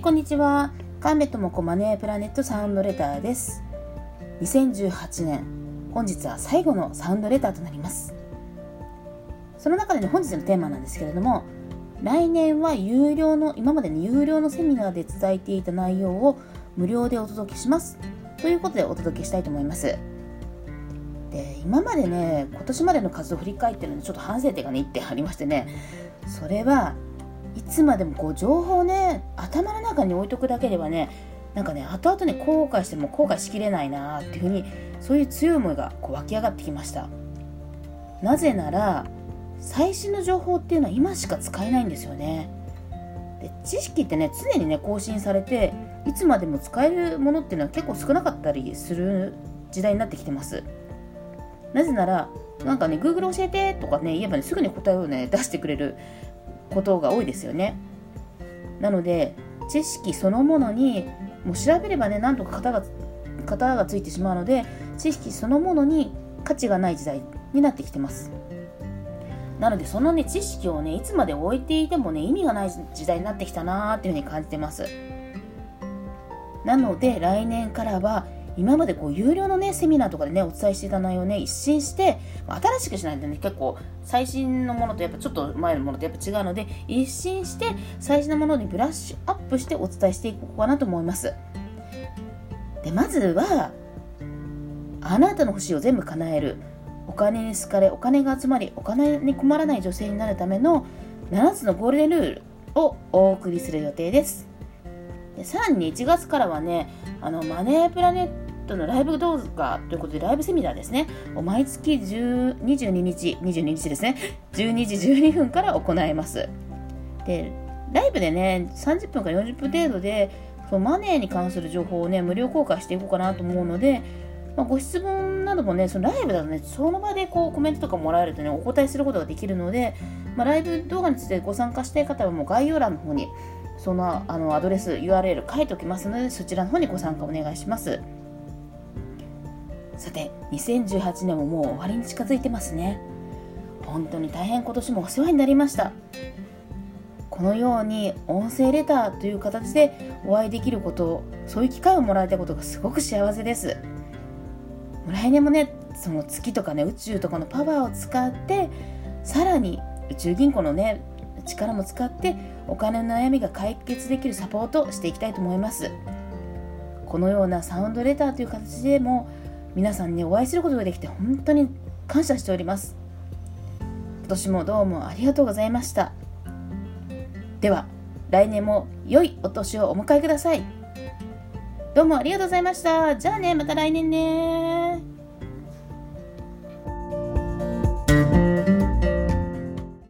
こんにちは。神戸智子マネープラネットサウンドレターです。2018年、本日は最後のサウンドレターとなります。その中で、本日のテーマなんですけれども、来年は今までに有料のセミナーで伝えていた内容を無料でお届けしますということでお届けしたいと思います。で、今までね、今年までの活動を振り返ってるのでちょっと反省点が1点ありましてね、それはいつまでも情報をね、頭の中に置いとくだけではね、後々ね、後悔しても後悔しきれないなっていうふうに、そういう強い思いが湧き上がってきました。なぜなら、最新の情報っていうのは今しか使えないんですよね。で、知識ってね、常にね、更新されて、いつまでも使えるものっていうのは結構少なかったりする時代になってきてます。なぜなら、Google 教えてとかね、言えばね、すぐに答えをね、出してくれることが多いですよね。なので、知識そのものにもう調べればね、なんとか型がついてしまうので、知識そのものに価値がない時代になってきてます。なので、そのね、知識をね、いつまで置いていてもね、意味がない時代になってきたなーっていうふうに感じてます。なので、来年からは今まで有料のね、セミナーとかでね、お伝えしていた内容をね、一新して、新しくしないとね、結構最新のものとやっぱちょっと前のものとやっぱ違うので、一新して最新のものにブラッシュアップしてお伝えしていこうかなと思います。で、まずは、あなたの欲しいを全部叶える、お金に好かれ、お金が集まり、お金に困らない女性になるための7つのゴールデンルールをお送りする予定です。で、さらに1月からはね、マネープラネットのライブ動画ということで、ライブセミナーですね、毎月22日ですね、12時12分から行います。で、ライブでね、30分から40分程度で、マネーに関する情報をね、無料公開していこうかなと思うので、ご質問などもね、そのライブだとね、その場でコメントとかもらえるとね、お答えすることができるので、ライブ動画についてご参加したい方はもう概要欄の方にそのアドレス URL 書いておきますので、そちらの方にご参加お願いします。さて、2018年ももう終わりに近づいてますね。本当に大変今年もお世話になりました。このように音声レターという形でお会いできること、そういう機会をもらえたことがすごく幸せです。来年もね、その月とかね、宇宙とかのパワーを使って、さらに宇宙銀行のね、力も使ってお金の悩みが解決できるサポートをしていきたいと思います。このようなサウンドレターという形でも皆さんに、ね、お会いすることができて本当に感謝しております。今年もどうもありがとうございました。では来年も良いお年をお迎えください。どうもありがとうございました。じゃあね、また来年ね。